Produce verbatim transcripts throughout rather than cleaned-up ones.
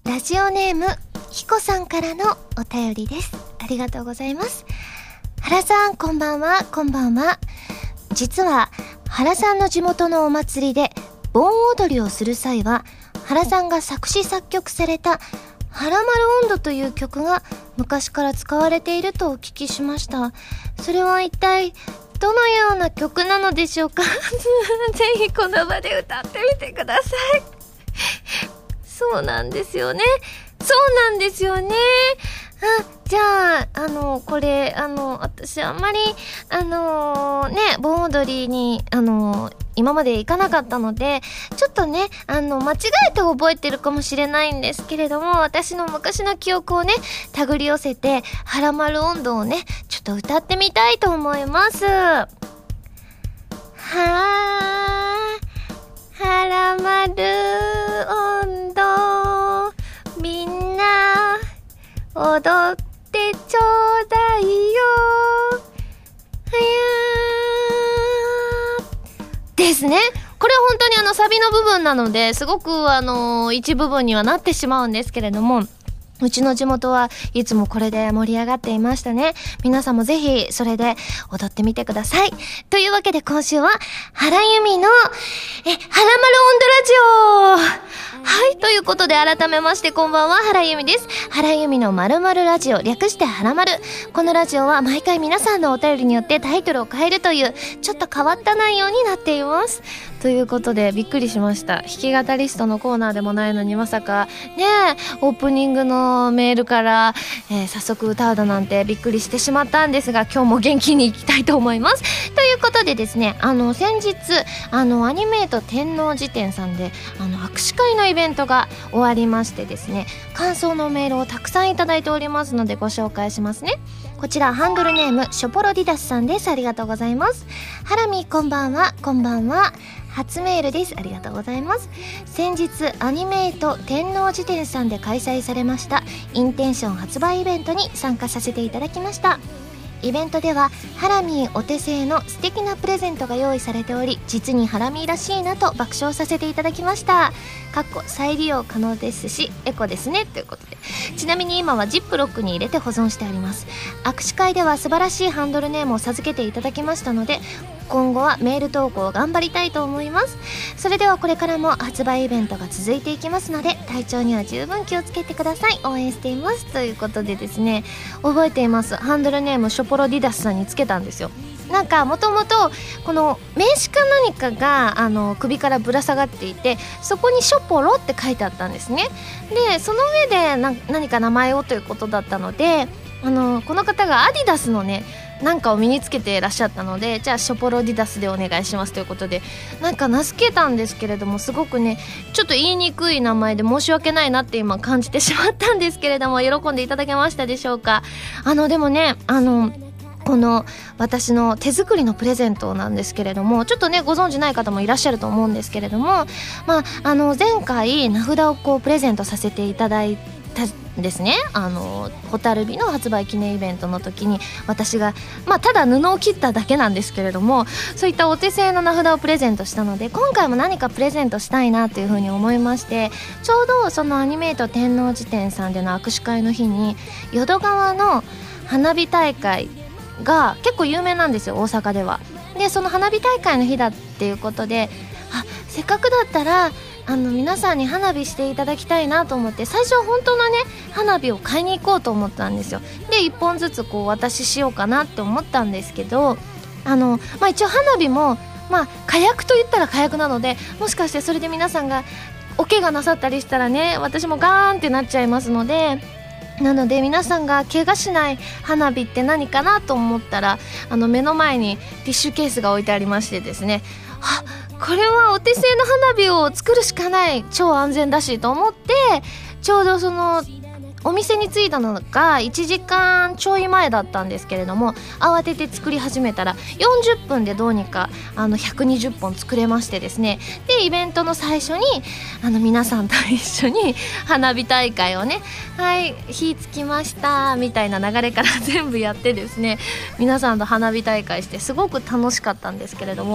ラジオネームひこさんからのお便りです。ありがとうございます。原さんこんばんは。こんばんは。実は原さんの地元のお祭りで盆踊りをする際は、原さんが作詞作曲されたはらまる音頭という曲が昔から使われているとお聞きしました。それは一体どのような曲なのでしょうかぜひこの場で歌ってみてください。そうなんですよね。そうなんですよね。あ、じゃあ、あの、これ、あの、私あんまり、あのー、ね、盆踊りに、あのー、今まで行かなかったので、ちょっとね、あの、間違えて覚えてるかもしれないんですけれども、私の昔の記憶をね、手繰り寄せて、はらまる音頭をね、ちょっと歌ってみたいと思います。はー、はらまる音頭、みんな、踊ってちょうだいよ、はやーですね。これは本当にあのサビの部分なので、すごくあの一部分にはなってしまうんですけれども、うちの地元はいつもこれで盛り上がっていましたね。皆さんもぜひそれで踊ってみてください。というわけで今週は原由美のえはらまる音頭ラジオ。はい、ということで改めましてこんばんは、原由美です。原由美のまるまるラジオ、略してはらまる。このラジオは毎回皆さんのお便りによってタイトルを変えるというちょっと変わった内容になっています。ということでびっくりしました。弾き語りストのコーナーでもないのにまさかねオープニングのメールから、えー、早速歌うだなんてびっくりしてしまったんですが、今日も元気にいきたいと思います。ということでですね、あの先日あのアニメート天王寺店さんであの握手会のイベントが終わりましてですね、感想のメールをたくさんいただいておりますのでご紹介しますね。こちらハンドルネームショポロディダスさんです。ありがとうございます。ハラミこんばんは。こんばんは。初メールです。ありがとうございます。先日アニメート天王寺店さんで開催されましたインテンション発売イベントに参加させていただきました。イベントではハラミーお手製の素敵なプレゼントが用意されており、実にハラミーらしいなと爆笑させていただきました。かっこ再利用可能ですしエコですねということで、ちなみに今はジップロックに入れて保存してあります。握手会では素晴らしいハンドルネームを授けていただきましたので、今後はメール投稿を頑張りたいと思います。それではこれからも発売イベントが続いていきますので、体調には十分気をつけてください。応援していますということでですね、覚えています。ハンドルネームショポロディダスさんにつけたんですよ。なんかもともとこの名刺か何かがあの首からぶら下がっていて、そこにショポロって書いてあったんですね。でその上でな何か名前をということだったので、あのこの方がアディダスのねなんかを身につけていらっしゃったので、じゃあショポロディダスでお願いしますということで、なんか名付けたんですけれども、すごくねちょっと言いにくい名前で申し訳ないなって今感じてしまったんですけれども、喜んでいただけましたでしょうか。あのでもね、あのこの私の手作りのプレゼントなんですけれども、ちょっとねご存知ない方もいらっしゃると思うんですけれども、まあ、あの前回名札をこうプレゼントさせていただいたんですね。あの蛍火の発売記念イベントの時に私が、まあ、ただ布を切っただけなんですけれども、そういったお手製の名札をプレゼントしたので、今回も何かプレゼントしたいなというふうに思いまして、ちょうどそのアニメート天王寺店さんでの握手会の日に淀川の花火大会が結構有名なんですよ、大阪では。でその花火大会の日だっていうことで、あせっかくだったらあの皆さんに花火していただきたいなと思って、最初は本当のね花火を買いに行こうと思ったんですよ。でいっぽんずつこうお渡ししようかなって思ったんですけど、あの、まあ、一応花火もまあ火薬と言ったら火薬なので、もしかしてそれで皆さんがお怪我なさったりしたらね、私もガーンってなっちゃいますので、なので皆さんが怪我しない花火って何かなと思ったら、あの目の前にティッシュケースが置いてありましてですね、あこれはお手製の花火を作るしかない、超安全だしと思って、ちょうどそのお店に着いたのがいちじかんちょい前だったんですけれども、慌てて作り始めたらよんじゅっぷんでどうにかあのひゃくにじゅっぽん作れましてですね、でイベントの最初にあの皆さんと一緒に花火大会をね、はい火つきましたみたいな流れから全部やってですね、皆さんと花火大会してすごく楽しかったんですけれども、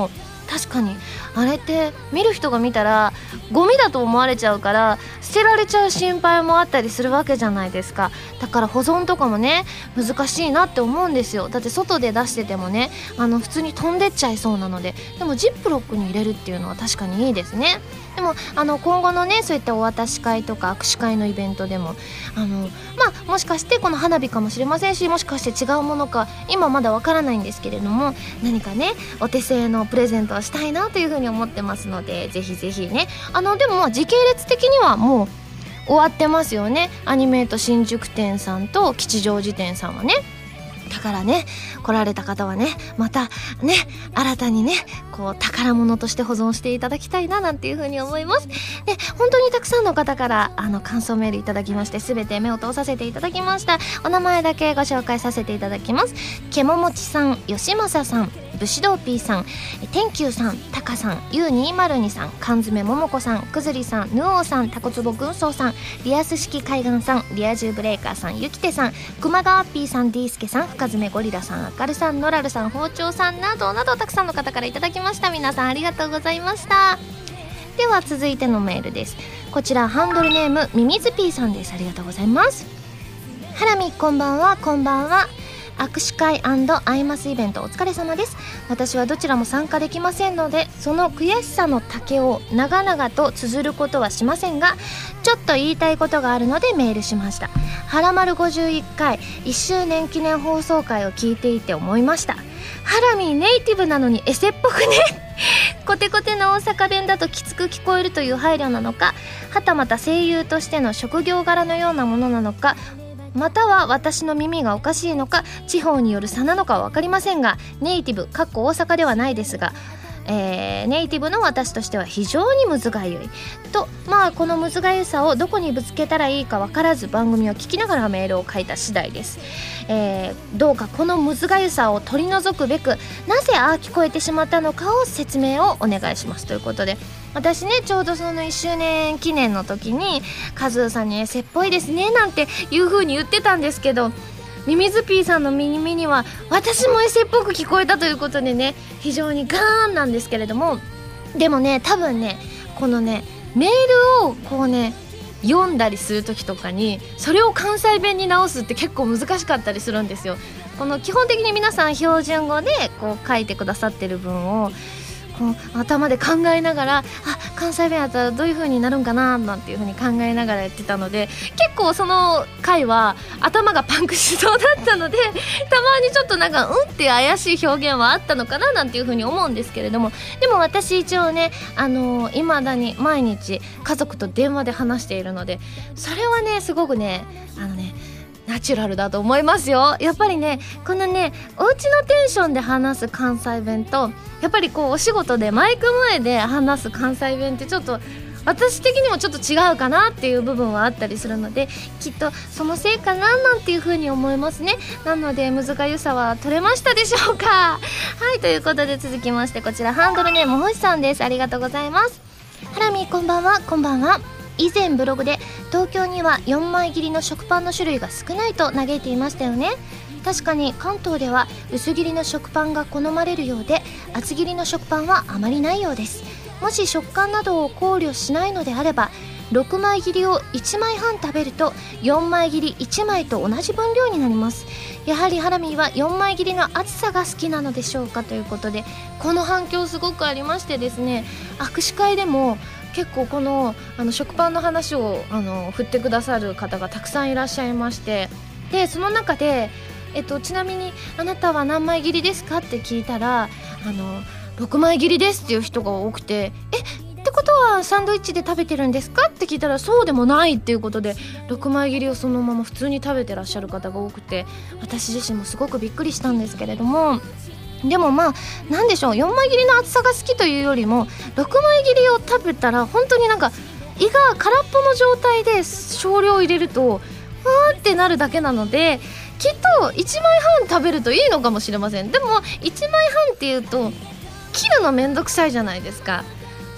確かにあれって見る人が見たらゴミだと思われちゃうから捨てられちゃう心配もあったりするわけじゃないですか。だから保存とかもね難しいなって思うんですよ。だって外で出しててもねあの普通に飛んでっちゃいそうなので、でもジップロックに入れるっていうのは確かにいいですね。でもあの今後のねそういったお渡し会とか握手会のイベントでもあのまあもしかしてこの花火かもしれませんし、もしかして違うものか今まだわからないんですけれども、何かねお手製のプレゼントをしたいなというふうに思ってますので、ぜひぜひねあのでもまあ時系列的にはもう終わってますよね。アニメート新宿店さんと吉祥寺店さんはね。だからね来られた方はねまたね新たにねこう宝物として保存していただきたいななんていう風に思います。で本当にたくさんの方からあの感想メールいただきまして、すべて目を通させていただきました。お名前だけご紹介させていただきます。けももちさん、よしまささん、武士道 P さん、天球さん、たかさん、ユーにーまるに さん、缶詰ももこさん、くずりさん、ぬおうさん、たこつぼ軍曹さん、リアス式海岸さん、リア充ブレーカーさん、ゆきてさん、熊川 P さん、ディースケさん、深爪ゴリラさん、あかるさん、ノラルさん、包丁さんなどなどたくさんの方からいただきました。皆さんありがとうございました。では続いてのメールです。こちらハンドルネームミミズ P さんです。ありがとうございます。ハラミこんばんは。こんばんは。握手会&アイマスイベントお疲れ様です。私はどちらも参加できませんので、その悔しさの丈を長々と綴ることはしませんが、ちょっと言いたいことがあるのでメールしました。はらまるごじゅういっかいいっしゅうねん記念放送回を聞いていて思いました。ハラミネイティブなのにエセっぽくねコテコテの大阪弁だときつく聞こえるという配慮なのか、はたまた声優としての職業柄のようなものなのか、または私の耳がおかしいのか、地方による差なのかは分かりませんが、ネイティブかっこ大阪ではないですが、えー、ネイティブの私としては非常にむずがゆいと、まあこのむずがゆさをどこにぶつけたらいいか分からず番組を聞きながらメールを書いた次第です。えー、どうかこのむずがゆさを取り除くべく、なぜああ聞こえてしまったのかを説明をお願いしますということで、私ねちょうどそのいっしゅうねん記念の時にカズーさんにエセっぽいですねなんていう風に言ってたんですけど、ミミズピーさんの耳には私もエセっぽく聞こえたということでね、非常にガーンなんですけれども、でもね多分ねこのねメールをこうね読んだりする時とかにそれを関西弁に直すって結構難しかったりするんですよ。この基本的に皆さん標準語でこう書いてくださってる文をこう頭で考えながら、あ関西弁だったらどういう風になるんかななんていう風に考えながらやってたので、結構その回は頭がパンクしそうだったので、たまにちょっとなんかうんっていう怪しい表現はあったのかななんていう風に思うんですけれども、でも私一応ねあのー、未だに毎日家族と電話で話しているので、それはねすごくねあのねナチュラルだと思いますよ。やっぱりねこのねお家のテンションで話す関西弁と、やっぱりこうお仕事でマイク前で話す関西弁ってちょっと私的にもちょっと違うかなっていう部分はあったりするので、きっとそのせいかななんていう風に思いますね。なのでむずがゆさは取れましたでしょうか。はいということで続きまして、こちらハンドルネーム星さんです。ありがとうございます。ハラミこんばんは。こんばんは。以前ブログで東京にはよんまい切りの食パンの種類が少ないと嘆いていましたよね。確かに関東では薄切りの食パンが好まれるようで、厚切りの食パンはあまりないようです。もし食感などを考慮しないのであれば、ろくまい切りをいちまいはん食べるとよんまい切りいちまいと同じ分量になります。やはりハラミはよんまい切りの厚さが好きなのでしょうかということで、この反響すごくありましてですね、握手会でも結構このあの食パンの話をあの振ってくださる方がたくさんいらっしゃいまして、でその中で、えっと、ちなみにあなたは何枚切りですかって聞いたら、あのろくまい切りですっていう人が多くて、えってことはサンドイッチで食べてるんですかって聞いたら、そうでもないっていうことでろくまい切りをそのまま普通に食べてらっしゃる方が多くて、私自身もすごくびっくりしたんですけれども、でもまあなんでしょう、よんまい切りの厚さが好きというよりもろくまい切りを食べたら本当になんか胃が空っぽの状態で少量入れるとわーってなるだけなので、きっといちまいはん食べるといいのかもしれません。でもいちまいはんっていうと切るのめんどくさいじゃないですか。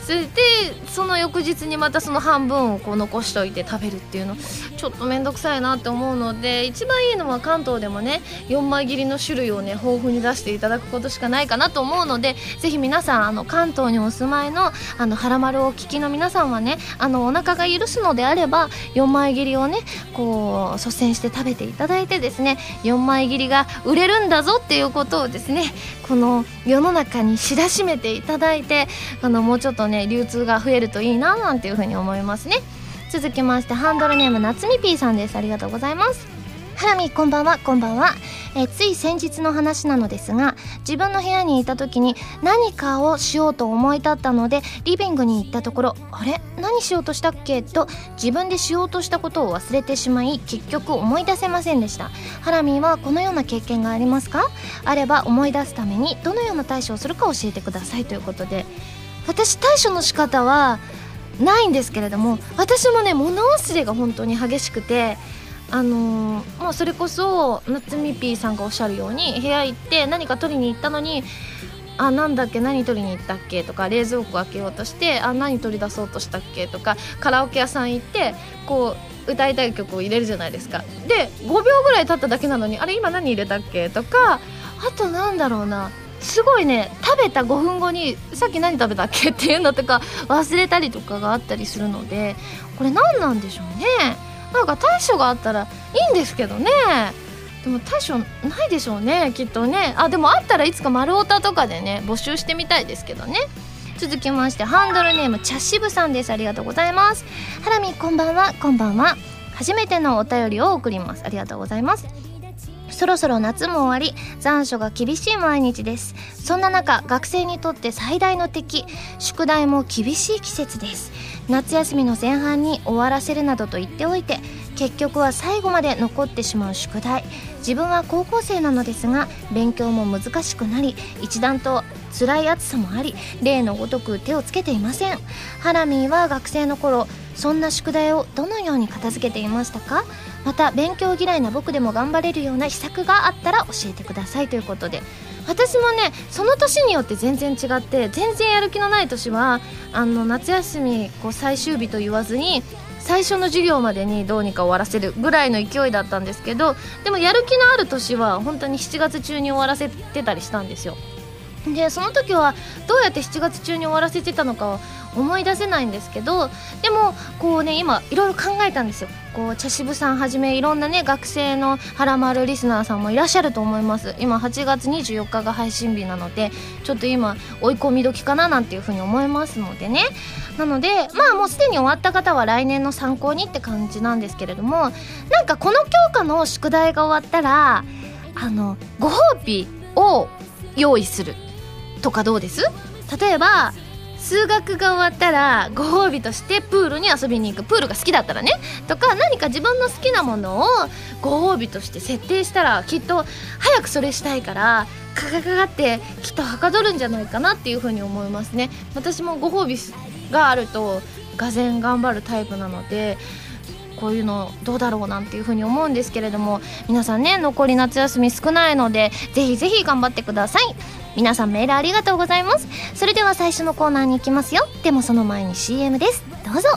それでその翌日にまたその半分をこう残しといて食べるっていうのちょっと面倒くさいなって思うので、一番いいのは関東でもねよんまい切りの種類をね豊富に出していただくことしかないかなと思うので、ぜひ皆さんあの関東にお住まいのあのはらまるをお聞きの皆さんはね、あのお腹が許すのであればよんまい切りをねこう率先して食べていただいてですね、よんまい切りが売れるんだぞっていうことをですねこの世の中に知らしめていただいて、あのもうちょっとね流通が増えるといいななんていうふうに思いますね。続きましてハンドルネームなつみぴーさんです。ありがとうございます。ハラミこんばんは。こんばんは。えつい先日の話なのですが、自分の部屋にいた時に何かをしようと思い立ったのでリビングに行ったところ、あれ何しようとしたっけと自分でしようとしたことを忘れてしまい、結局思い出せませんでした。ハラミはこのような経験がありますか？あれば思い出すためにどのような対処をするか教えてくださいということで、私対処の仕方はないんですけれども、私もね物忘れが本当に激しくて、あのー、もうそれこそなつみぴーさんがおっしゃるように部屋行って何か取りに行ったのに、あなんだっけ何取りに行ったっけとか、冷蔵庫開けようとしてあ何取り出そうとしたっけとか、カラオケ屋さん行ってこう歌いたい曲を入れるじゃないですか。でごびょうぐらい経っただけなのにあれ今何入れたっけとか、あとなんだろうな、すごいね食べたごふんごにさっき何食べたっけっていうのとか忘れたりとかがあったりするので、これ何なんでしょうね。なんか対処があったらいいんですけどね。でも対処ないでしょうねきっとね。あでもあったらいつか丸太とかでね募集してみたいですけどね。続きましてハンドルネーム茶渋さんです。ありがとうございます。ハラミこんばんは。こんばんは。初めてのお便りを送ります。ありがとうございます。そろそろ夏も終わり、残暑が厳しい毎日です。そんな中、学生にとって最大の敵、宿題も厳しい季節です。夏休みの前半に終わらせるなどと言っておいて、結局は最後まで残ってしまう宿題。自分は高校生なのですが、勉強も難しくなり、一段と辛い暑さもあり、例のごとく手をつけていません。ハラミーは学生の頃、そんな宿題をどのように片付けていましたか？また勉強嫌いな僕でも頑張れるような秘策があったら教えてくださいということで、私もねその年によって全然違って、全然やる気のない年はあの夏休みこう最終日と言わずに最初の授業までにどうにか終わらせるぐらいの勢いだったんですけど、でもやる気のある年は本当にしちがつ中に終わらせてたりしたんですよ。でその時はどうやってしちがつ中に終わらせてたのかは思い出せないんですけど、でもこうね今いろいろ考えたんですよ。こう茶渋さんはじめいろんなね学生のはらまるリスナーさんもいらっしゃると思います。今はちがつにじゅうよっかが配信日なので、ちょっと今追い込み時かななんていうふうに思いますのでね。なのでまあもうすでに終わった方は来年の参考にって感じなんですけれども、なんかこの教科の宿題が終わったらあのご褒美を用意するとかどうです？例えば数学が終わったらご褒美としてプールに遊びに行く、プールが好きだったらねとか、何か自分の好きなものをご褒美として設定したら、きっと早くそれしたいからカカカカってきっとはかどるんじゃないかなっていうふうに思いますね。私もご褒美があるとがぜん頑張るタイプなので、こういうのどうだろうなんていうふうに思うんですけれども、皆さんね残り夏休み少ないのでぜひぜひ頑張ってください。皆さんメールありがとうございます。それでは最初のコーナーに行きますよ。でもその前に シーエム です。どうぞ。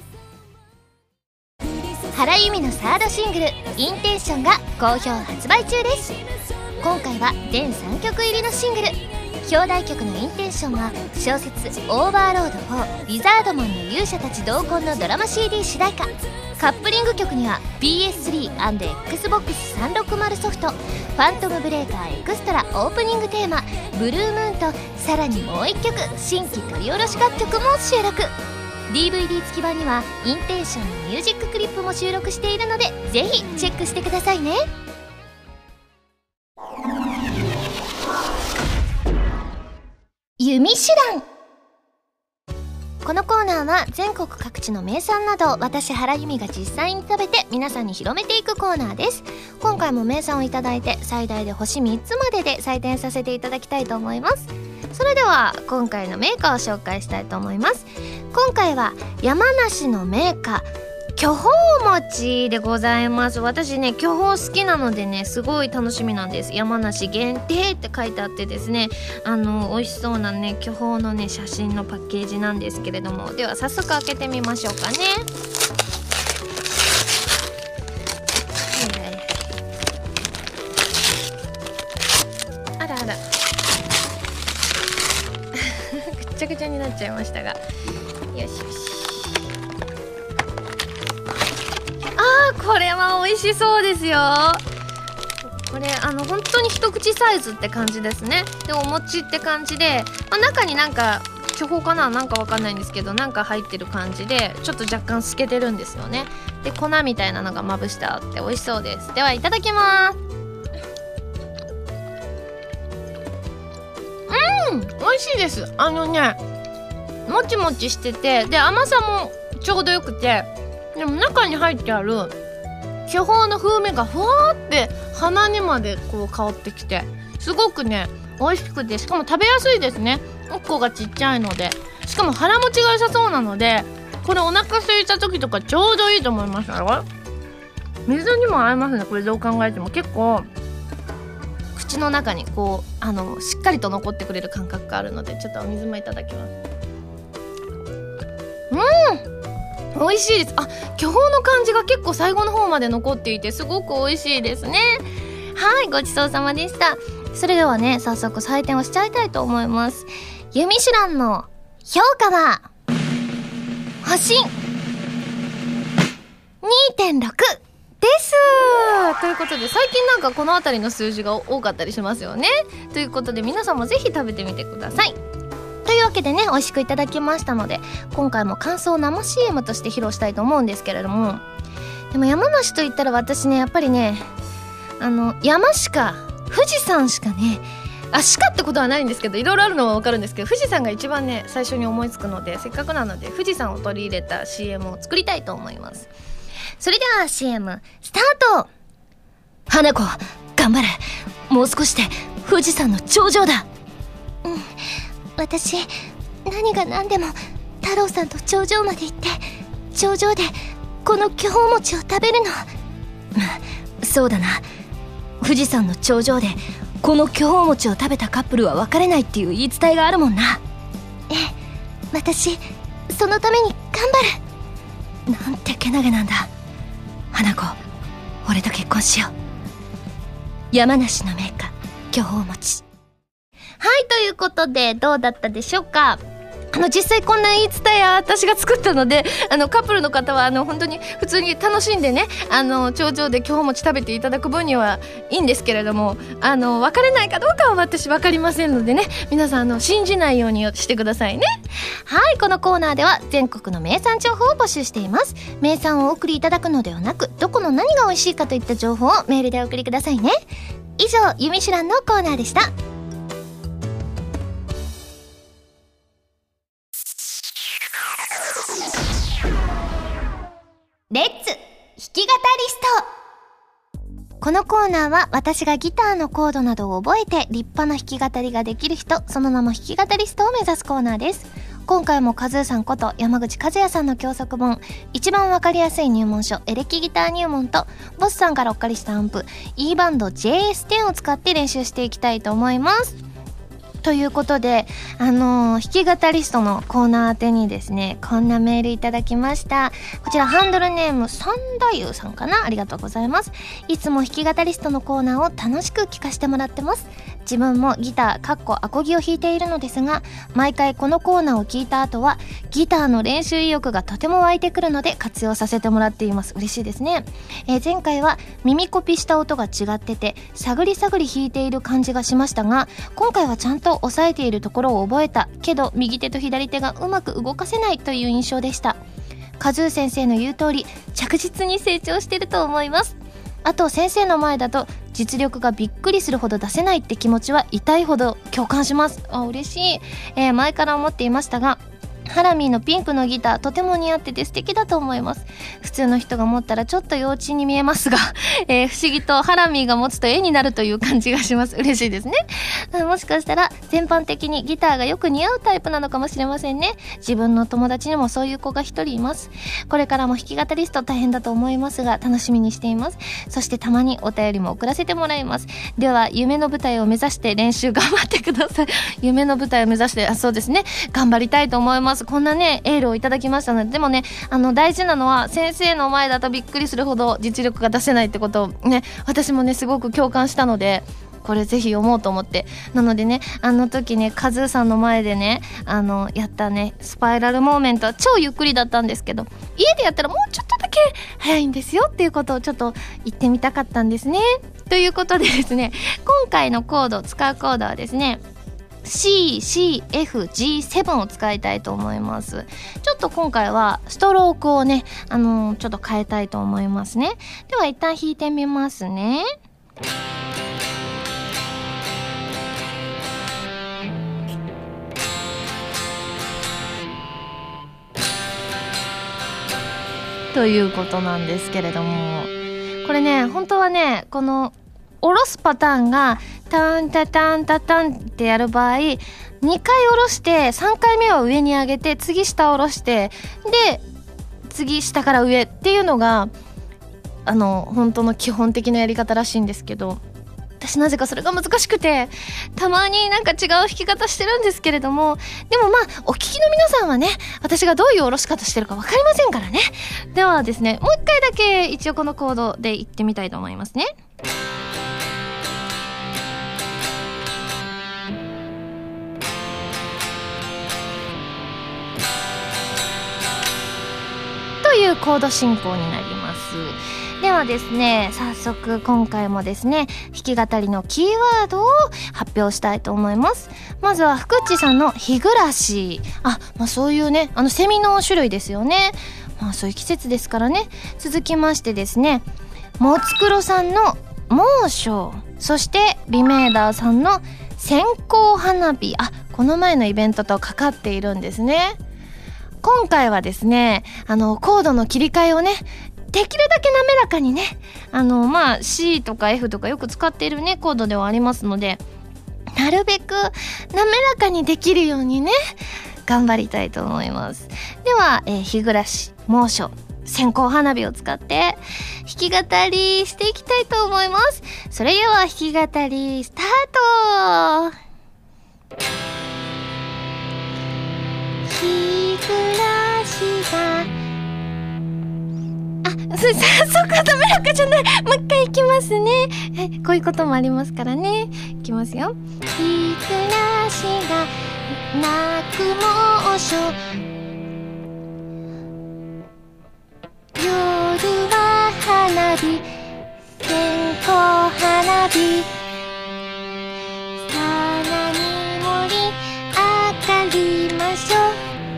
原由美のサードシングル「インテンション」が好評発売中です。今回は全さんきょく入りのシングル。表題曲の「インテンション」は小説「オーバーロードフォーリザードマンの勇者たち同梱」のドラマ シーディー 主題歌。カップリング曲には ピーエススリー エックスボックスさんびゃくろくじゅう ソフト「ファントムブレーカーエクストラ」オープニングテーマ「ブルームーン」と、さらにもういっきょく新規取り下ろし楽曲も収録。 ディーブイディー 付き版にはインテンションのミュージッククリップも収録しているので、ぜひチェックしてくださいね。弓手段。このコーナーは全国各地の名産など私原由美が実際に食べて皆さんに広めていくコーナーです。今回も名産をいただいて最大で星みっつまでで採点させていただきたいと思います。それでは今回の銘菓を紹介したいと思います。今回は山梨の銘菓巨峰餅でございます。私ね巨峰好きなのでねすごい楽しみなんです。山梨限定って書いてあってですね、あの美味しそうなね巨峰のね写真のパッケージなんですけれども、では早速開けてみましょうかね。あらあらぐちゃぐちゃになっちゃいましたが、よしよし。あーこれは美味しそうですよ。これあの本当に一口サイズって感じですね。でお餅って感じで、まあ、中になんか巨峰かななんかわかんないんですけど、なんか入ってる感じでちょっと若干透けてるんですよね。で粉みたいなのがまぶしてあって美味しそうです。ではいただきます。うん美味しいです。あのねもちもちしてて、で甘さもちょうどよくて、でも中に入ってある巨峰の風味がふわーって鼻にまでこう香ってきて、すごくね美味しくて、しかも食べやすいですね。おっこがちっちゃいので、しかも腹持ちが良さそうなので、これお腹空いた時とかちょうどいいと思いましたよ。水にも合いますね。これどう考えても結構口の中にこうあのしっかりと残ってくれる感覚があるので、ちょっとお水もいただきます。うん美味しいです。あ巨峰の感じが結構最後の方まで残っていてすごく美味しいですね。はいごちそうさまでした。それではね早速採点をしちゃいたいと思います。ユミシュランの評価は星 にてんろく ですということで、最近なんかこの辺りの数字が多かったりしますよね。ということで皆さんもぜひ食べてみてください。というわけでね美味しくいただきましたので、今回も感想を生 シーエム として披露したいと思うんですけれども、でも山梨といったら私ねやっぱりねあの山しか富士山しかねあしかってことはないんですけど、いろいろあるのは分かるんですけど、富士山が一番ね最初に思いつくので、せっかくなので富士山を取り入れた シーエム を作りたいと思います。それでは シーエム スタート。花子頑張れ、もう少しで富士山の頂上だ。うん私何が何でも太郎さんと頂上まで行って頂上でこの巨峰餅を食べるの。そうだな、富士山の頂上でこの巨峰餅を食べたカップルは別れないっていう言い伝えがあるもんな。ええ私そのために頑張る。なんてけなげなんだ。花子俺と結婚しよう。山梨の名家巨峰餅。はいということでどうだったでしょうか。あの実際こんな言い伝えや私が作ったので、あのカップルの方はあの本当に普通に楽しんでね、あの頂上で巨峰餅食べていただく分にはいいんですけれども、あの別れないかどうかは私分かりませんのでね、皆さんあの信じないようにしてくださいね。はいこのコーナーでは全国の名産情報を募集しています。名産をお送りいただくのではなく、どこの何が美味しいかといった情報をメールでお送りくださいね。以上ユミシュランのコーナーでした。レッツ弾き語りスト。このコーナーは私がギターのコードなどを覚えて立派な弾き語りができる人、その名も弾き語りストを目指すコーナーです。今回もカズーさんこと山口和也さんの教則本、一番わかりやすい入門書エレキギター入門とボスさんからお借りしたアンプ E バンド ジェイエステン を使って練習していきたいと思います。ということで、あのー、弾き語りストのコーナー宛てにですね、こんなメールいただきました。こちらハンドルネーム三太夫さんかな、ありがとうございます。いつも弾き語りストのコーナーを楽しく聞かせてもらってます。自分もギターかっこアコギを弾いているのですが、毎回このコーナーを聞いた後はギターの練習意欲がとても湧いてくるので活用させてもらっています。嬉しいですね。えー、前回は耳コピした音が違ってて探り探り弾いている感じがしましたが、今回はちゃんと押さえているところを覚えたけど右手と左手がうまく動かせないという印象でした。カズー先生の言う通り着実に成長してると思います。あと先生の前だと実力がびっくりするほど出せないって気持ちは痛いほど共感します。あ、嬉しい。えー、前から思っていましたが、 ハラミーのピンクのギターとても似合ってて素敵だと思います。普通の人が持ったらちょっと幼稚に見えますが、えー、不思議とハラミーが持つと絵になるという感じがします。嬉しいですね。もしかしたら全般的にギターがよく似合うタイプなのかもしれませんね。自分の友達にもそういう子が一人います。これからも弾き語りスト大変だと思いますが楽しみにしています。そしてたまにお便りも送らせてもらいます。では夢の舞台を目指して練習頑張ってください。夢の舞台を目指して、あ、そうですね、頑張りたいと思います。こんなねエールをいただきましたので、でもね、あの大事なのは先生の前だとびっくりするほど実力が出せないってことをね、私もねすごく共感したので、これぜひ読もうと思って。なのでね、あの時ねカズーさんの前でねあのやったねスパイラルモーメントは超ゆっくりだったんですけど、家でやったらもうちょっとだけ早いんですよっていうことをちょっと言ってみたかったんですね。ということでですね、今回のコード使うコードはですねシー、シー、エフ、ジーセブン を使いたいと思います。ちょっと今回はストロークをね、あのー、ちょっと変えたいと思いますね。では一旦弾いてみますね。ということなんですけれども、これね本当はねこの下ろすパターンがタンタタンタタンってやる場合、にかい下ろしてさんかいめは上に上げて、次下下ろしてで次下から上っていうのがあの本当の基本的なやり方らしいんですけど、私なぜかそれが難しくてたまになんか違う弾き方してるんですけれども、でもまあお聞きの皆さんはね私がどういう下ろし方してるか分かりませんからね。ではですね、もう一回だけ一応このコードでいってみたいと思いますね。というコード進行になります。ではですね、早速今回もですね弾き語りのキーワードを発表したいと思います。まずはふくっちさんの日暮らし、あ、まあそういうねあのセミの種類ですよね。まあそういう季節ですからね。続きましてですね、もつくろさんの猛暑、そしてリメーダーさんの線香花火、あ、この前のイベントとかかっているんですね。今回はですねあのコードの切り替えをねできるだけ滑らかにね、あのまあ シー とか エフ とかよく使っているねコードではありますので、なるべく滑らかにできるようにね頑張りたいと思います。では、えー、日暮らし、猛暑、線香花火を使って弾き語りしていきたいと思います。それでは弾き語りスタート。日暮らしが、あ、早速滑らかじゃない。もう一回いきますね。こういうこともありますからね。いきますよ。日暮らしが泣く猛暑、夜は花火、線香花火、さらに盛り上がりましょう、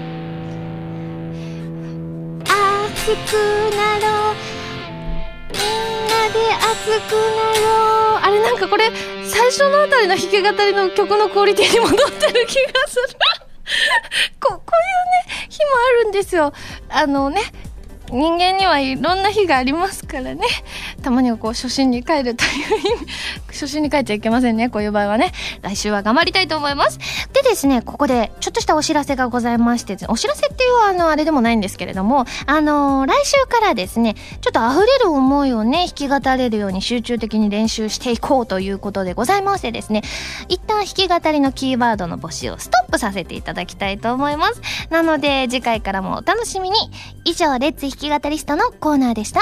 熱くなろう、みんなで熱くなろう。あれ、なんかこれ最初のあたりの弾き語りの曲のクオリティに戻ってる気がするこ, こういうね日もあるんですよ。あのね、人間にはいろんな日がありますからね。たまにはこう初心に帰るという意味初心に帰っちゃいけませんね、こういう場合はね。来週は頑張りたいと思います。でですね、ここでちょっとしたお知らせがございまして、お知らせっていうあのあれでもないんですけれども、あのー、来週からですねちょっと溢れる思いをね弾き語れるように集中的に練習していこうということでございましてですね、一旦弾き語りのキーワードの募集をストップさせていただきたいと思います。なので次回からもお楽しみに。以上、レッツ弾き語りストのコーナーでした。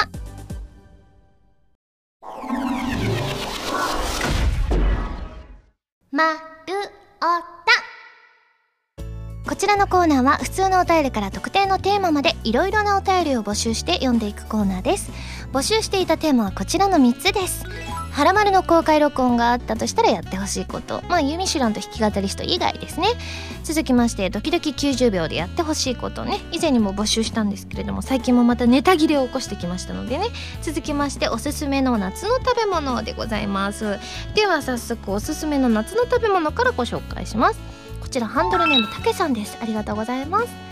まるおた。こちらのコーナーは普通のお便りから特定のテーマまでいろいろなお便りを募集して読んでいくコーナーです。募集していたテーマはこちらのみっつです。はらまるの公開録音があったとしたらやってほしいこと、まあユミシュランと弾き語りスト以外ですね。続きましてドキドキきゅうじゅうびょうでやってほしいことね、以前にも募集したんですけれども最近もまたネタ切れを起こしてきましたのでね。続きましておすすめの夏の食べ物でございます。では早速おすすめの夏の食べ物からご紹介します。こちらハンドルネームたけさんです。ありがとうございます。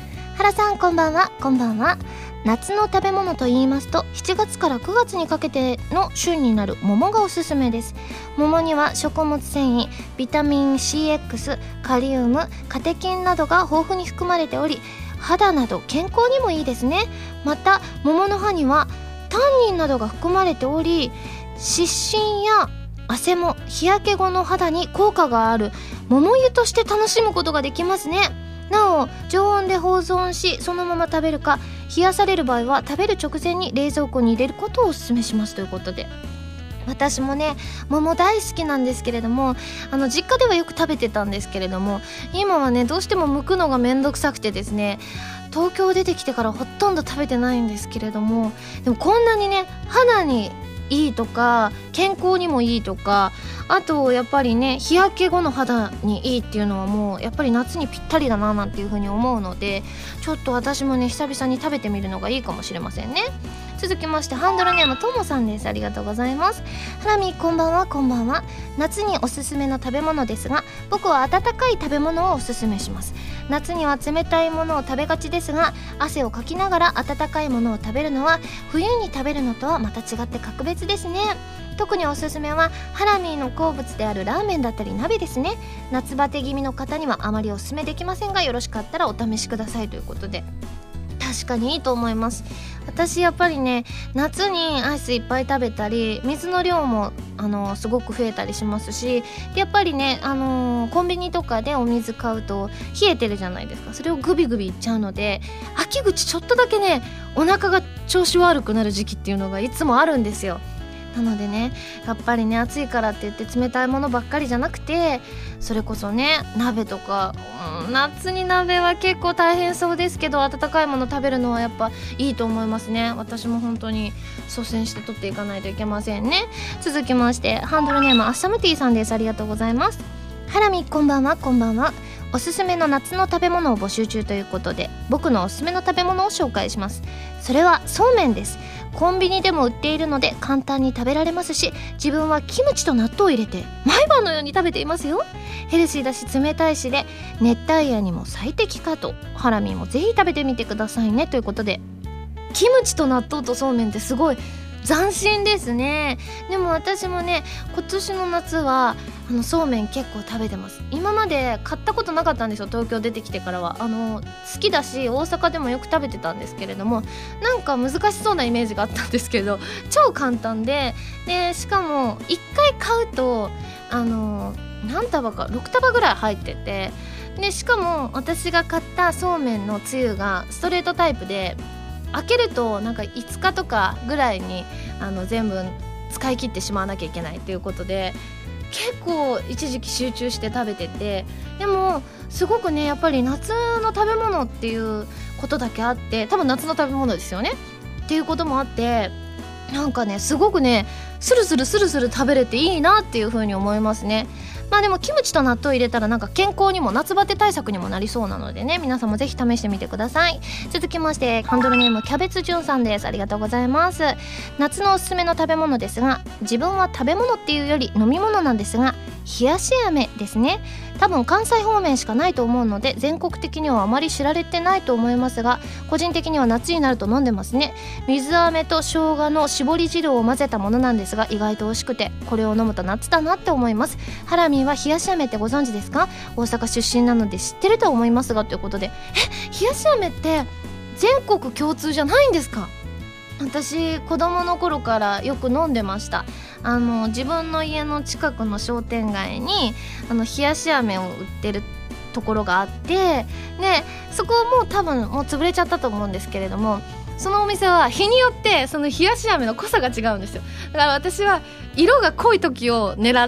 原さんこんばんは。こんばんは。夏の食べ物と言いますとしちがつからくがつにかけての旬になる桃がおすすめです。桃には食物繊維、ビタミン シーエックス、カリウム、カテキンなどが豊富に含まれており、肌など健康にもいいですね。また桃の葉にはタンニンなどが含まれており、湿疹や汗も日焼け後の肌に効果がある桃湯として楽しむことができますね。なお常温で保存しそのまま食べるか、冷やされる場合は食べる直前に冷蔵庫に入れることをお勧めしますということで、私もね桃大好きなんですけれども、あの実家ではよく食べてたんですけれども、今はねどうしても剥くのがめんどくさくてですね、東京出てきてからほとんど食べてないんですけれども、でもこんなにね肌にいいとか健康にもいいとか、あとやっぱりね日焼け後の肌にいいっていうのはもうやっぱり夏にぴったりだななんていう風に思うので、ちょっと私もね久々に食べてみるのがいいかもしれませんね。続きましてハンドルネームともさんです。ありがとうございます。ハラミこんばんは。こんばんは。夏におすすめの食べ物ですが、僕は温かい食べ物をおすすめします。夏には冷たいものを食べがちですが、汗をかきながら温かいものを食べるのは冬に食べるのとはまた違って格別ですね。特におすすめはハラミーの好物であるラーメンだったり鍋ですね。夏バテ気味の方にはあまりおすすめできませんが、よろしかったらお試しくださいということで、確かにいいと思います。私やっぱりね夏にアイスいっぱい食べたり、水の量もあのすごく増えたりしますし、でやっぱりね、あのー、コンビニとかでお水買うと冷えてるじゃないですか。それをグビグビいっちゃうので、秋口ちょっとだけねお腹が調子悪くなる時期っていうのがいつもあるんですよ。なのでねやっぱりね暑いからって言って冷たいものばっかりじゃなくて、それこそね鍋とか、うん、夏に鍋は結構大変そうですけど、温かいもの食べるのはやっぱいいと思いますね。私も本当に率先して取っていかないといけませんね。続きましてハンドルネームアッサムティーさんです。ありがとうございます。ハラミこんばんは。こんばんは。おすすめの夏の食べ物を募集中ということで、僕のおすすめの食べ物を紹介します。それはそうめんです。コンビニでも売っているので簡単に食べられますし、自分はキムチと納豆を入れて毎晩のように食べていますよ。ヘルシーだし冷たいしで熱帯夜にも最適かと。ハラミもぜひ食べてみてくださいねということで、キムチと納豆とそうめんってすごい斬新ですね。でも私もね今年の夏はあのそうめん結構食べてます。今まで買ったことなかったんですよ、東京出てきてからは。あの好きだし大阪でもよく食べてたんですけれども、なんか難しそうなイメージがあったんですけど、超簡単で、でしかもいっかい買うとあの何束かろく束ぐらい入ってて、でしかも私が買ったそうめんのつゆがストレートタイプで、開けるとなんかいつかとかぐらいにあの全部使い切ってしまわなきゃいけないということで、結構一時期集中して食べてて、でもすごくねやっぱり夏の食べ物っていうことだけあって、多分夏の食べ物ですよねっていうこともあって、なんかねすごくねスルスルスルスル食べれていいなっていう風に思いますね。まあでもキムチと納豆入れたらなんか健康にも夏バテ対策にもなりそうなのでね、皆さんもぜひ試してみてください。続きましてハンドルネームキャベツジュンさんです。ありがとうございます。夏のおすすめの食べ物ですが、自分は食べ物っていうより飲み物なんですが、冷やし飴ですね。多分関西方面しかないと思うので全国的にはあまり知られてないと思いますが、個人的には夏になると飲んでますね。水飴と生姜の絞り汁を混ぜたものなんですが、意外と美味しくてこれを飲むと夏だなって思います。ハラミーは冷やし飴ってご存知ですか？大阪出身なので知ってると思いますがということで、え、冷やし飴って全国共通じゃないんですか？私子供の頃からよく飲んでました。あの自分の家の近くの商店街にあの冷やし飴を売ってるところがあって、でそこもう多分もう潰れちゃったと思うんですけれども、そのお店は日によってその冷やし飴の濃さが違うんですよ。だから私は色が濃い時を狙って、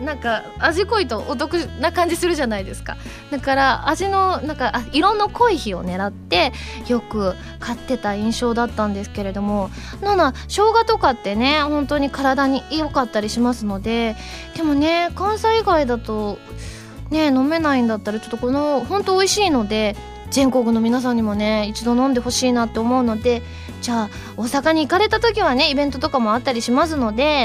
なんか味濃いとお得な感じするじゃないですか。だから味のなんか色の濃い日を狙ってよく買ってた印象だったんですけれども、なんだ生姜とかってね本当に体に良かったりしますので、でもね関西以外だとね飲めないんだったら、ちょっとこの本当美味しいので全国の皆さんにもね一度飲んでほしいなって思うので、じゃあ大阪に行かれた時はねイベントとかもあったりしますので、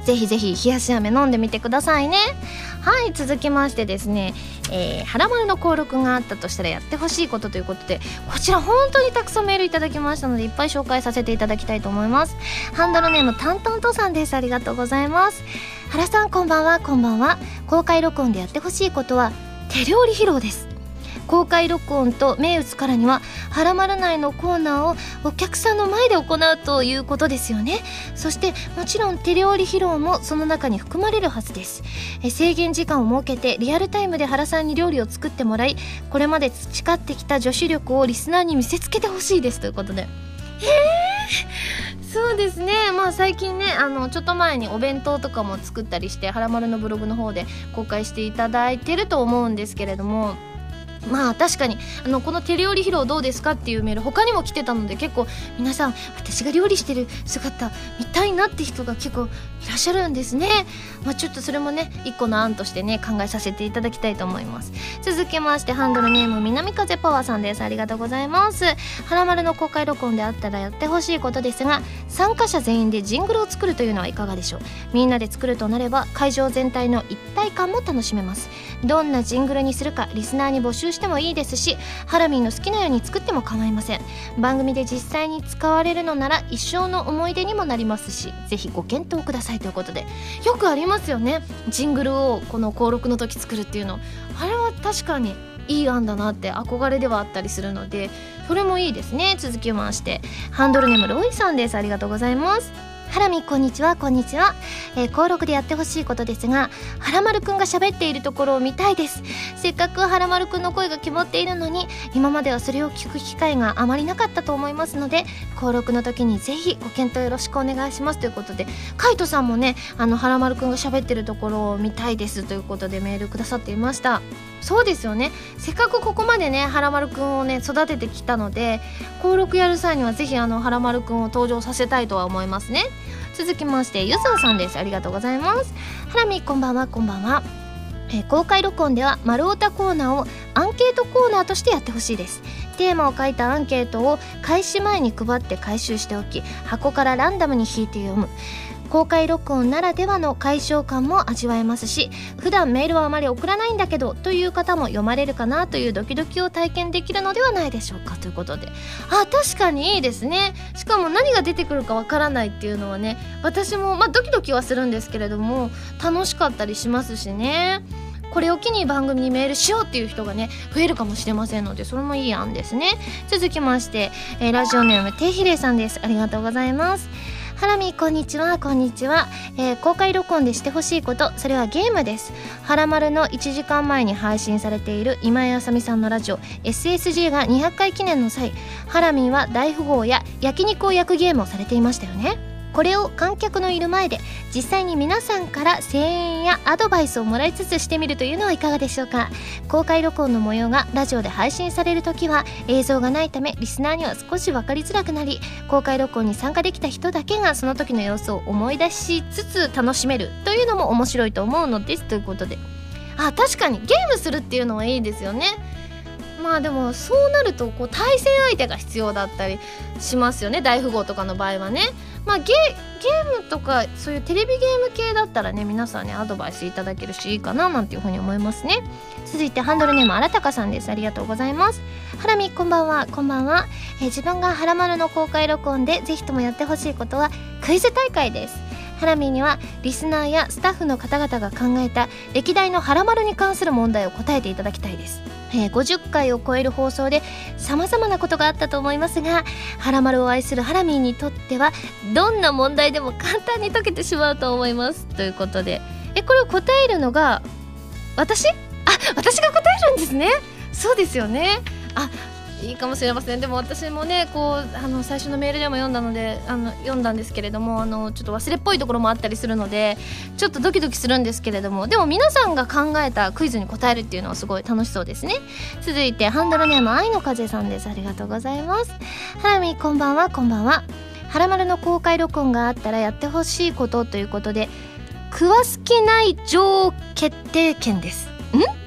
ぜひぜひ冷やし飴飲んでみてくださいね。はい、続きましてですね、えー、はらまるの登録があったとしたらやってほしいことということで、こちら本当にたくさんメールいただきましたのでいっぱい紹介させていただきたいと思います。ハンドルネームタンタントさんです。ありがとうございます。原さんこんばんは。こんばんは。公開録音でやってほしいことは手料理披露です。公開録音と銘打つからにははらまる内のコーナーをお客さんの前で行うということですよね。そしてもちろん手料理披露もその中に含まれるはずです。え制限時間を設けてリアルタイムで原さんに料理を作ってもらい、これまで培ってきた助手力をリスナーに見せつけてほしいですということで、へーそうですね。まあ最近ね、あのちょっと前にお弁当とかも作ったりしてはらまるのブログの方で公開していただいてると思うんですけれども、まあ確かにあのこの手料理披露どうですかっていうメール他にも来てたので、結構皆さん私が料理してる姿見たいなって人が結構いらっしゃるんですね。まあちょっとそれもね一個の案としてね考えさせていただきたいと思います。続きましてハンドルネーム南風パワーさんです。ありがとうございます。はらまるの公開録音であったらやってほしいことですが、参加者全員でジングルを作るというのはいかがでしょう。みんなで作るとなれば会場全体の一体感も楽しめます。どんなジングルにするかリスナーに募集してもいいですし、ハラミーの好きなように作っても構いません。番組で実際に使われるのなら一生の思い出にもなりますし、ぜひご検討くださいということで、よくありますよね、ジングルをこの登録の時作るっていうの。あれは確かにいい案だなって憧れではあったりするので、それもいいですね。続きましてハンドルネームロイさんです。ありがとうございます。ハラミこんにちは。こんにちは、えー、登録でやってほしいことですが、はらまるくんが喋っているところを見たいです。せっかくはらまるくんの声が決まっているのに今まではそれを聞く機会があまりなかったと思いますので、登録の時にぜひご検討よろしくお願いしますということで、カイトさんもねあのはらまるくんが喋ってるところを見たいですということでメールくださっていました。そうですよね、せっかくここまでねはらまるくんをね育ててきたので、登録やる際にはぜひあのはらまるくんを登場させたいとは思いますね。続きましてゆずんさんです。ありがとうございます。はらみこんばんは。こんばんは。えー、公開録音では丸太コーナーをアンケートコーナーとしてやってほしいです。テーマを書いたアンケートを開始前に配って回収しておき、箱からランダムに引いて読む。公開録音ならではの解消感も味わえますし、普段メールはあまり送らないんだけどという方も読まれるかなというドキドキを体験できるのではないでしょうかということで、あ、確かにいいですね。しかも何が出てくるかわからないっていうのはね、私もまあドキドキはするんですけれども楽しかったりしますしね。これを機に番組にメールしようっていう人がね増えるかもしれませんので、それもいい案ですね。続きまして、えー、ラジオネームていひれさんです。ありがとうございます。ハラミこんにちは。こんにちは、えー、公開録音でしてほしいこと、それはゲームです。はらまるのいちじかんまえに配信されている今井あさみさんのラジオ エスエスジェー がにひゃっかい記念の際、ハラミは大富豪や焼肉を焼くゲームをされていましたよね。これを観客のいる前で実際に皆さんから声援やアドバイスをもらいつつしてみるというのはいかがでしょうか。公開録音の模様がラジオで配信されるときは映像がないためリスナーには少し分かりづらくなり、公開録音に参加できた人だけがその時の様子を思い出しつつ楽しめるというのも面白いと思うのですということで、あ、確かにゲームするっていうのはいいですよね。まあでもそうなるとこう対戦相手が必要だったりしますよね、大富豪とかの場合はね。まあゲ、ゲームとかそういうテレビゲーム系だったらね、皆さんねアドバイスいただけるしいいかななんていうふうに思いますね。続いてハンドルネームあらたかさんです。ありがとうございます。はらみこんばんは。こんばんは。えー、自分がはらまるの公開録音でぜひともやってほしいことはクイズ大会です。ハラミにはリスナーやスタッフの方々が考えた歴代のはらまるに関する問題を答えていただきたいです。えー、ごじゅっかいを超える放送で様々なことがあったと思いますが、はらまるを愛するハラミーにとってはどんな問題でも簡単に解けてしまうと思いますということで、えこれを答えるのが私？あ、私が答えるんですね。そうですよね。あ、いいかもしれません。でも私もねこうあの最初のメールでも読んだのであの読んだんですけれども、あのちょっと忘れっぽいところもあったりするのでちょっとドキドキするんですけれども、でも皆さんが考えたクイズに答えるっていうのはすごい楽しそうですね。続いてハンドルネーム愛の風さんです。ありがとうございます。ハラミこんばんは。こんばんは。はらまるの公開録音があったらやってほしいことということで、食わす気ない女王決定権です。ん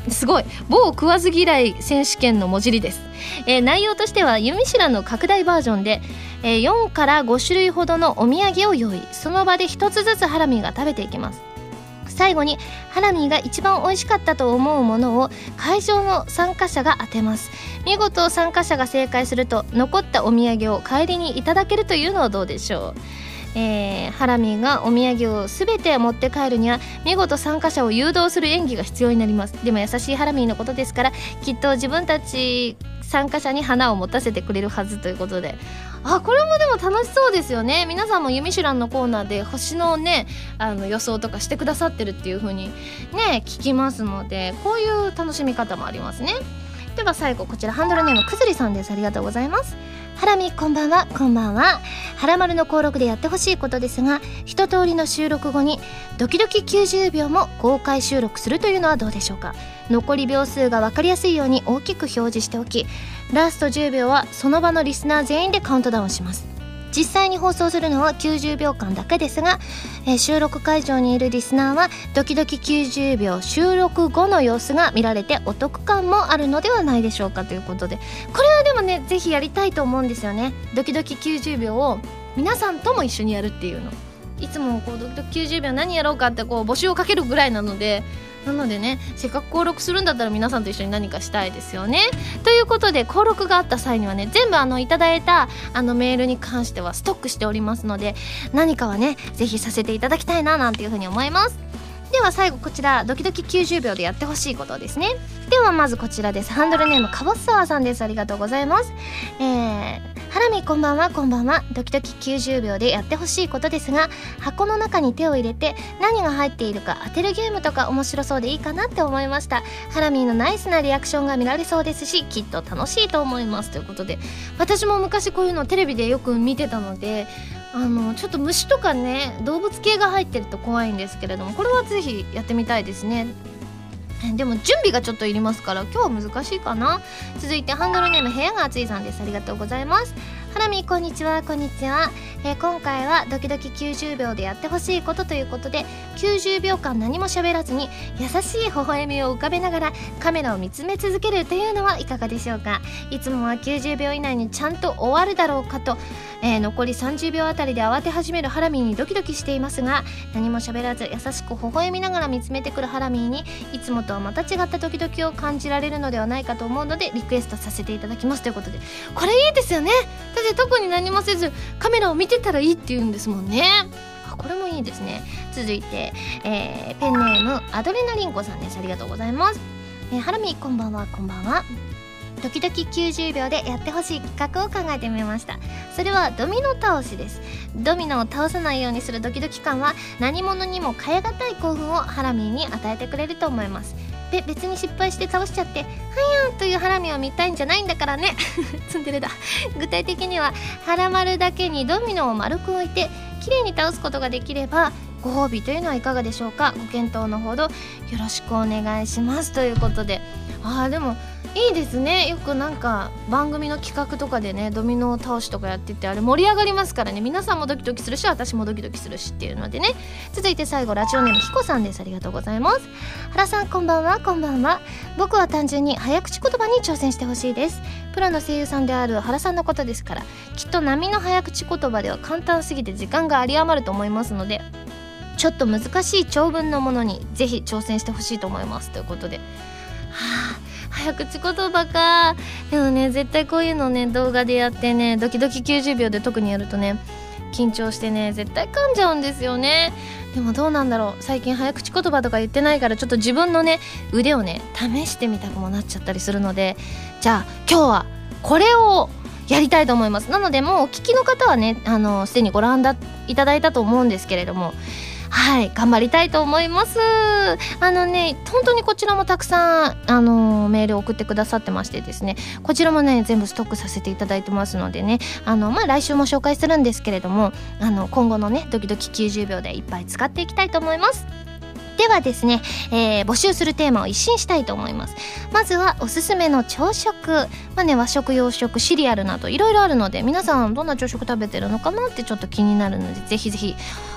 すごい某食わず嫌い選手権の文字りです。えー、内容としてはユミシュランの拡大バージョンで、えー、よんからご種類ほどのお土産を用意。その場でひとつずつハラミーが食べていきます。最後にハラミーが一番美味しかったと思うものを会場の参加者が当てます。見事参加者が正解すると残ったお土産を帰りにいただけるというのはどうでしょう。えー、ハラミーがお土産を全て持って帰るには見事参加者を誘導する演技が必要になります。でも優しいハラミーのことですからきっと自分たち参加者に花を持たせてくれるはずということで、あ、これもでも楽しそうですよね。皆さんもユミシュランのコーナーで星のねあの予想とかしてくださってるっていう風にね聞きますので、こういう楽しみ方もありますね。では最後こちらハンドルネームくずりさんです。ありがとうございます。ハラミこんばんは。こんばんは。ハラマルの登録でやってほしいことですが、一通りの収録後にドキドキきゅうじゅうびょうも公開収録するというのはどうでしょうか。残り秒数が分かりやすいように大きく表示しておき、ラストじゅうびょうはその場のリスナー全員でカウントダウンします。実際に放送するのはきゅうじゅうびょうかんだけですが、えー、収録会場にいるリスナーはドキドキきゅうじゅうびょう収録後の様子が見られてお得感もあるのではないでしょうかということで、これはでもねぜひやりたいと思うんですよね。ドキドキきゅうじゅうびょうを皆さんとも一緒にやるっていうの、いつもこうドキドキきゅうじゅうびょう何やろうかってこう募集をかけるぐらいなので、なのでねせっかく登録するんだったら皆さんと一緒に何かしたいですよね。ということで登録があった際にはね全部あのいただいたあのメールに関してはストックしておりますので、何かはねぜひさせていただきたいななんていうふうに思います。では最後こちらドキドキきゅうじゅうびょうでやってほしいことですね。ではまずこちらです。ハンドルネームかぼすさわさんです。ありがとうございます。えーハラミこんばんは。こんばんは。ドキドキきゅうじゅうびょうでやってほしいことですが、箱の中に手を入れて何が入っているか当てるゲームとか面白そうでいいかなって思いました。ハラミーのナイスなリアクションが見られそうですし、きっと楽しいと思いますということで、私も昔こういうのテレビでよく見てたので、あのちょっと虫とかね動物系が入ってると怖いんですけれども、これはぜひやってみたいですね。でも準備がちょっといりますから今日は難しいかな。続いてハンドルネーム部屋が暑いさんです。ありがとうございます。ハラミこんにちは。こんにちは。えー、今回はドキドキきゅうじゅうびょうでやってほしいことということで、きゅうじゅうびょうかん何も喋らずに優しい微笑みを浮かべながらカメラを見つめ続けるというのはいかがでしょうか。いつもはきゅうじゅうびょう以内にちゃんと終わるだろうかと、えー、残りさんじゅうびょうあたりで慌て始めるハラミーにドキドキしていますが、何も喋らず優しく微笑みながら見つめてくるハラミーにいつもとはまた違ったドキドキを感じられるのではないかと思うのでリクエストさせていただきますということで、これいいですよね。だって特に何もせずカメラを見てたらいいって言うんですもんね。あ、これもいいですね。続いて、えー、ペンネームアドレナリンコさんです。ありがとうございます。えー、ハラミこんばんは。こんばんは。ドキドキきゅうじゅうびょうでやってほしい企画を考えてみました。それはドミノ倒しです。ドミノを倒さないようにするドキドキ感は何者にも代え難い興奮をハラミーに与えてくれると思います。で、別に失敗して倒しちゃってはやーというハラミを見たいんじゃないんだからねツンデレだ。具体的にはハラマルだけにドミノを丸く置いて綺麗に倒すことができればご褒美というのはいかがでしょうか。ご検討のほどよろしくお願いしますということで、あーでもいいですね。よくなんか番組の企画とかでねドミノ倒しとかやってて、あれ盛り上がりますからね。皆さんもドキドキするし私もドキドキするしっていうのでね。続いて最後ラジオネームひこさんです。ありがとうございます。原さんこんばんは。こんばんは。僕は単純に早口言葉に挑戦してほしいです。プロの声優さんである原さんのことですから、きっと波の早口言葉では簡単すぎて時間が有り余ると思いますので、ちょっと難しい長文のものにぜひ挑戦してほしいと思いますということで、はあ早口言葉か。でもね絶対こういうのね動画でやってねドキドキきゅうじゅうびょうで特にやるとね緊張してね絶対噛んじゃうんですよね。でもどうなんだろう、最近早口言葉とか言ってないからちょっと自分のね腕をね試してみたくもなっちゃったりするので、じゃあ今日はこれをやりたいと思います。なのでもうお聞きの方はねあのすでにご覧だいただいたと思うんですけれども、はい頑張りたいと思います。あのね本当にこちらもたくさんあのメールを送ってくださってましてですね、こちらもね全部ストックさせていただいてますのでね、あのまあ来週も紹介するんですけれども、あの今後のねドキドキきゅうじゅうびょうでいっぱい使っていきたいと思います。ではですね、えー、募集するテーマを一新したいと思います。まずはおすすめの朝食、まあね、和食洋食シリアルなどいろいろあるので、皆さんどんな朝食食べてるのかなってちょっと気になるのでぜひぜひ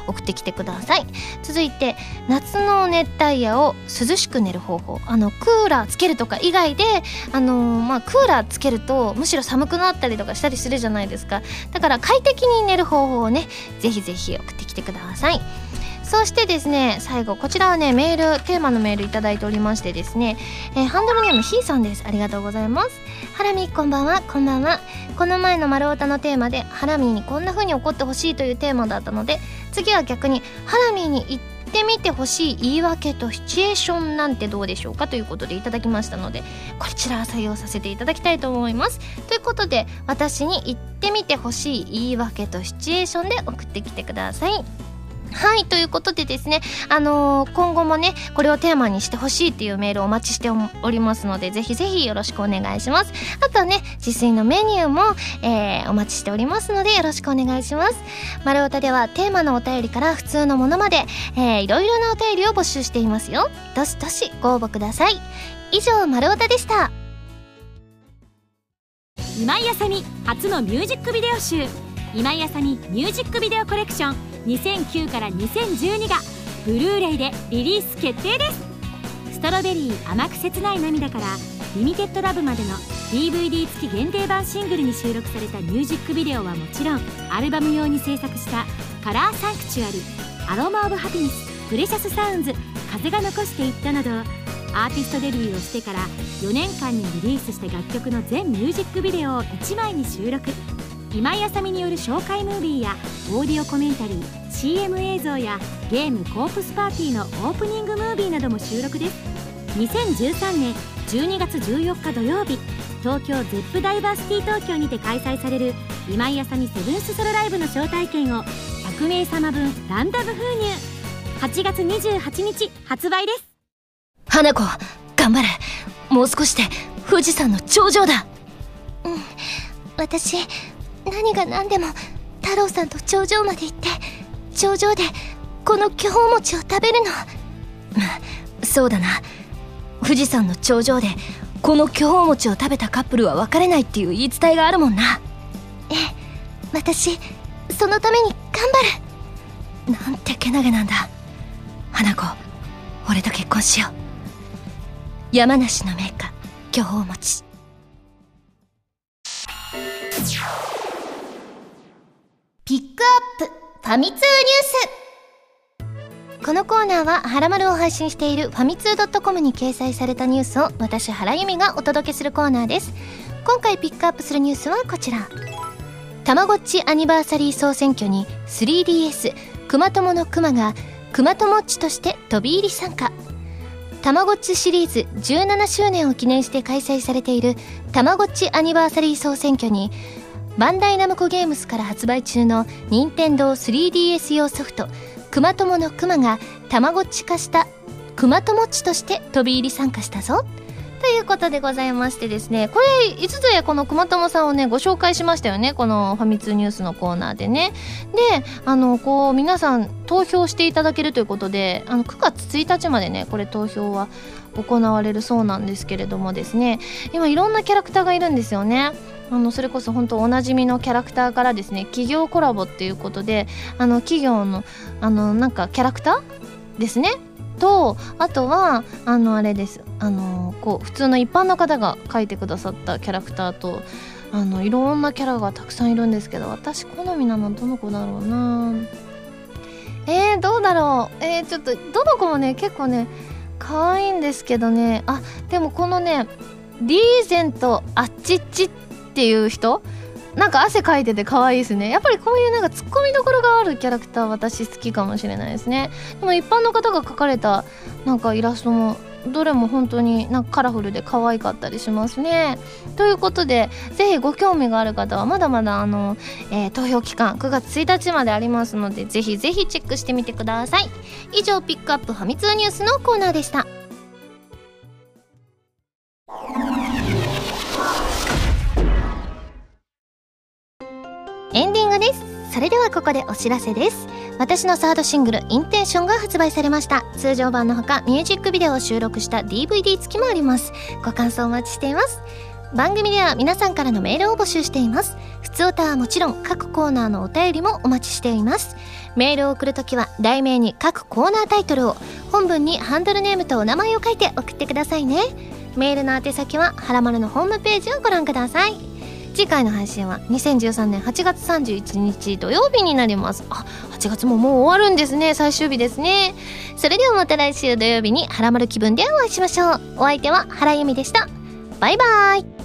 送ってきてください。続いて、夏の熱帯夜を涼しく寝る方法。あのクーラーつけるとか以外で、あのー、まあクーラーつけるとむしろ寒くなったりとかしたりするじゃないですか。だから快適に寝る方法をね、ぜひぜひ送ってきてください。そしてですね、最後こちらはね、メールテーマのメールいただいておりましてですね、えー、ハンドルネームひーさんです。ありがとうございます。ハラミこんばんは。こんばんは。この前の丸太のテーマでハラミーにこんな風に怒ってほしいというテーマだったので、次は逆にハラミーに言ってみてほしい言い訳とシチュエーションなんてどうでしょうかということでいただきましたので、こちら採用させていただきたいと思います。ということで、私に言ってみてほしい言い訳とシチュエーションで送ってきてください。はい、ということでですね、あのー、今後もね、これをテーマにしてほしいっていうメールをお待ちしておりますので、ぜひぜひよろしくお願いします。あとはね、自炊のメニューも、えー、お待ちしておりますので、よろしくお願いします。丸太ではテーマのお便りから普通のものまで、えー、いろいろなお便りを募集していますよ。どしどしご応募ください。以上、丸太でした。 今井あさみ初のミュージックビデオ集、今井あさみミュージックビデオコレクションにせんきゅうからにせんじゅうにがブルーレイでリリース決定です。ストロベリー甘く切ない涙からリミテッドラブまでの ディーブイディー 付き限定版シングルに収録されたミュージックビデオはもちろん、アルバム用に制作したカラーサンクチュアリ、アロマオブハピネス、プレシャスサウンズ、風が残していったなど、アーティストデビューをしてからよねんかんにリリースした楽曲の全ミュージックビデオをいちまいに収録。今井あさみによる紹介ムービーやオーディオコメンタリー、 シーエム 映像やゲームコープスパーティーのオープニングムービーなども収録です。にせんじゅうさんねんじゅうにがつじゅうよっか土曜日、東京 ゼップ ダイバーシティ東京にて開催される今井あさみセブンスソロライブの招待券をひゃくめいさまぶんランダム封入。はちがつにじゅうはちにち発売です。 花子、頑張れ。もう少しで富士山の頂上だ。 うん、私何が何でも太郎さんと頂上まで行って、頂上でこの巨峰餅を食べるの。 そうだな。富士山の頂上でこの巨峰餅を食べたカップルは別れないっていう言い伝えがあるもんな。 ええ、私そのために頑張る。なんてけなげなんだ。花子、俺と結婚しよう。山梨の銘菓巨峰餅。 ピックアップファミ通ニュース。このコーナーはハラマルを配信しているファミツー .com に掲載されたニュースを私原由美がお届けするコーナーです。今回ピックアップするニュースはこちら。たまごっちアニバーサリー総選挙に スリーディーエス くまとものくまがくまともっちとして飛び入り参加。たまごっちシリーズじゅうななしゅうねんを記念して開催されているたまごっちアニバーサリー総選挙に、バンダイナムコゲームスから発売中の任天堂 スリーディーエス 用ソフトくまとものくまがたまごっち化したくまともっちとして飛び入り参加したぞということでございましてですね、これいつぞやこのくまともさんをねご紹介しましたよね、このファミ通ニュースのコーナーでね。で、あのこう皆さん投票していただけるということで、あのくがつついたちまでねこれ投票は行われるそうなんですけれどもですね、今いろんなキャラクターがいるんですよね。あのそれこそ本当おなじみのキャラクターからですね、企業コラボっていうことで、あの企業のあのなんかキャラクターですねと、あとはあのあれです、あのこう普通の一般の方が描いてくださったキャラクターと、あのいろんなキャラがたくさんいるんですけど、私好みなのどの子だろうな。えー、どうだろう。えー、ちょっとどの子もね結構ね可愛いんですけどね。あ、でもこのねリーゼントあっちっちっていう人、なんか汗かいてて可愛いですね。やっぱりこういうなんかツッコミどころがあるキャラクター私好きかもしれないですね。でも一般の方が描かれたなんかイラストもどれも本当になんかカラフルで可愛かったりしますね。ということでぜひご興味がある方はまだまだあの、えー、投票期間くがつついたちまでありますので、ぜひぜひチェックしてみてください。以上ピックアップファミ通ニュースのコーナーでした。エンディングです。それではここでお知らせです。私のサードシングルインテンションが発売されました。通常版のほかミュージックビデオを収録した ディーブイディー 付きもあります。ご感想お待ちしています。 番組では皆さんからのメールを募集しています。ふつおたはもちろん各コーナーのお便りもお待ちしています。メールを送るときは題名に各コーナータイトルを、本文にハンドルネームとお名前を書いて送ってくださいね。メールの宛先ははらまるのホームページをご覧ください。次回の配信はにせんじゅうさんねんはちがつさんじゅういちにち土曜日になります。あ、はちがつももう終わるんですね。最終日ですね。それではまた来週土曜日にはらまる気分でお会いしましょう。お相手は原由美でした。バイバイ。